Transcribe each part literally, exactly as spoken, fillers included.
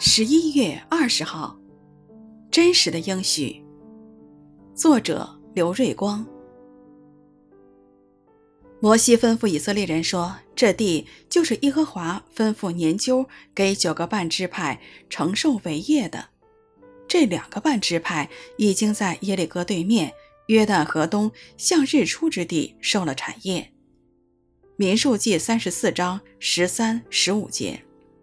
十一月二十号，真实的应许，作者刘瑞光。摩西吩咐以色列人说，这地就是耶和华吩咐年究给九个半支派承受为业的。这两个半支派已经在耶利哥对面约旦河东向日出之地受了产业。民数记三十四章十三、十五节。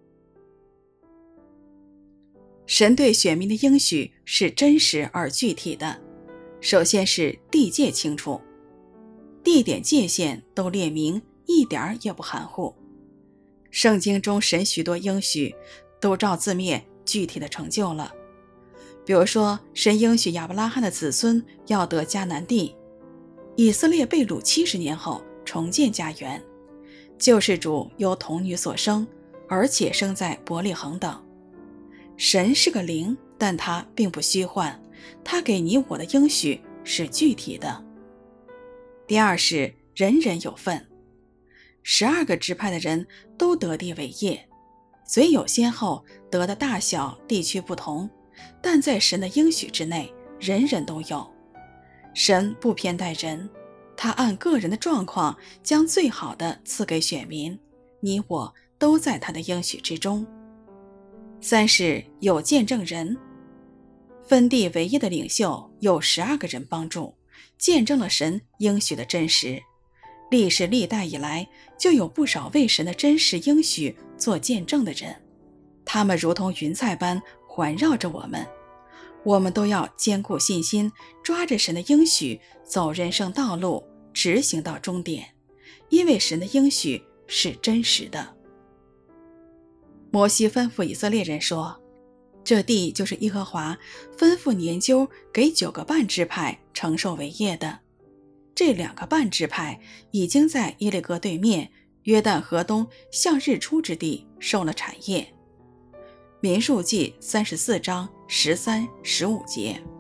神对选民的应许是真实而具体的。首先是地界清楚，地点界限都列明，一点儿也不含糊。圣经中神许多应许都照字面具体的成就了。比如说，神应许亚伯拉罕的子孙要得迦南地，以色列被掳七十年后重建家园，救世主由童女所生，而且生在伯利恒等。神是个灵，但他并不虚幻，他给你我的应许是具体的。第二是人人有份，十二个支派的人都得地为业，虽有先后，得的大小地区不同，但在神的应许之内，人人都有。神不偏待人，他按个人的状况将最好的赐给选民，你我都在他的应许之中。三是有见证人，分地为业的领袖有十二个人帮助，见证了神应许的真实。历世历代以来，就有不少为神的真实应许做见证的人，他们如同云彩般环绕着我们。我们都要坚固信心，抓着神的应许，走人生道路，执行到终点，因为神的应许是真实的。摩西吩咐以色列人说，这地就是耶和华吩咐年究给九个半支派承受为业的。这两个半支派已经在耶利哥对面约旦河东向日出之地受了产业。民数记三十四章十三、十五节。